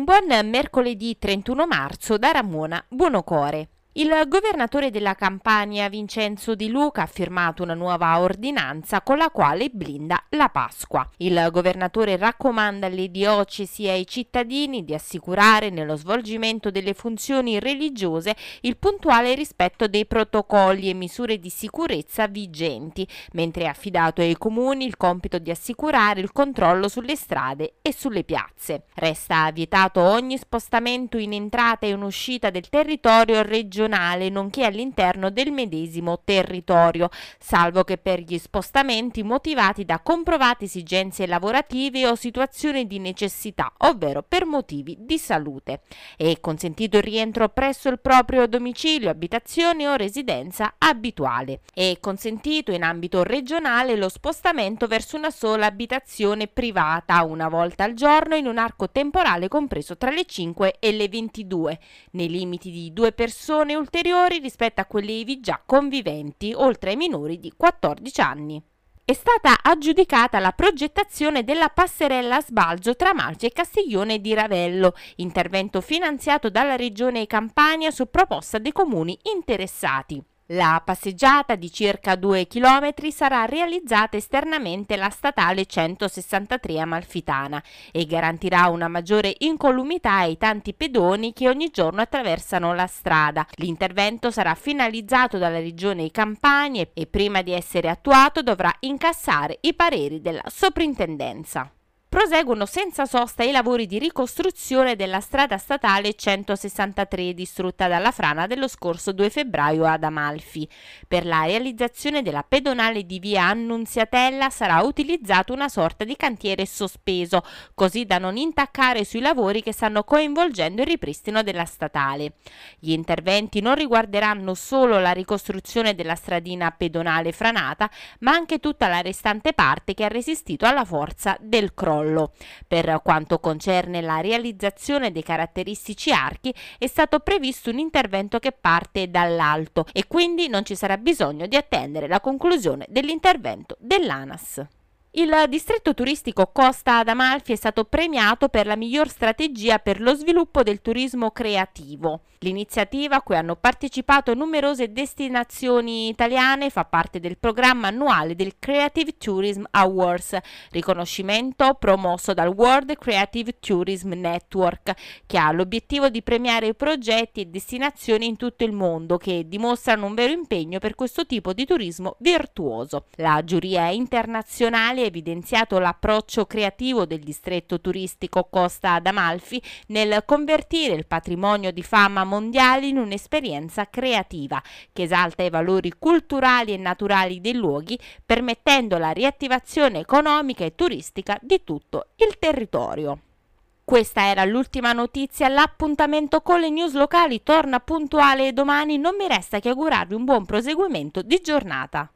buon mercoledì 31 marzo da Ramona Buonocore. Il governatore della Campania, Vincenzo Di Luca, ha firmato una nuova ordinanza con la quale blinda la Pasqua. Il governatore raccomanda alle diocesi e ai cittadini di assicurare nello svolgimento delle funzioni religiose il puntuale rispetto dei protocolli e misure di sicurezza vigenti, mentre ha affidato ai comuni il compito di assicurare il controllo sulle strade e sulle piazze. Resta vietato ogni spostamento in entrata e in uscita del territorio regionale, nonché all'interno del medesimo territorio, salvo che per gli spostamenti motivati da comprovate esigenze lavorative o situazioni di necessità, ovvero per motivi di salute. È consentito il rientro presso il proprio domicilio, abitazione o residenza abituale. È consentito in ambito regionale lo spostamento verso una sola abitazione privata una volta al giorno in un arco temporale compreso tra le 5 e le 22, nei limiti di 2 persone ulteriori rispetto a quelli ivi già conviventi, oltre ai minori di 14 anni. È stata aggiudicata la progettazione della passerella a sbalzo tra Amalfi e Castiglione di Ravello, intervento finanziato dalla Regione Campania su proposta dei comuni interessati. La passeggiata di circa 2 km sarà realizzata esternamente la statale 163 Amalfitana e garantirà una maggiore incolumità ai tanti pedoni che ogni giorno attraversano la strada. L'intervento sarà finalizzato dalla Regione Campania e prima di essere attuato dovrà incassare i pareri della soprintendenza. Proseguono senza sosta i lavori di ricostruzione della strada statale 163 distrutta dalla frana dello scorso 2 febbraio ad Amalfi. Per la realizzazione della pedonale di via Annunziatella sarà utilizzato una sorta di cantiere sospeso, così da non intaccare sui lavori che stanno coinvolgendo il ripristino della statale. Gli interventi non riguarderanno solo la ricostruzione della stradina pedonale franata, ma anche tutta la restante parte che ha resistito alla forza del crollo. Per quanto concerne la realizzazione dei caratteristici archi, è stato previsto un intervento che parte dall'alto e quindi non ci sarà bisogno di attendere la conclusione dell'intervento dell'ANAS. Il distretto turistico Costa ad Amalfi è stato premiato per la miglior strategia per lo sviluppo del turismo creativo. L'iniziativa, a cui hanno partecipato numerose destinazioni italiane, fa parte del programma annuale del Creative Tourism Awards, riconoscimento promosso dal World Creative Tourism Network, che ha l'obiettivo di premiare progetti e destinazioni in tutto il mondo che dimostrano un vero impegno per questo tipo di turismo virtuoso. La giuria internazionale ha evidenziato l'approccio creativo del distretto turistico Costa ad Amalfi nel convertire il patrimonio di fama mondiale in un'esperienza creativa che esalta i valori culturali e naturali dei luoghi, permettendo la riattivazione economica e turistica di tutto il territorio. Questa era l'ultima notizia, l'appuntamento con le news locali torna puntuale domani, non mi resta che augurarvi un buon proseguimento di giornata.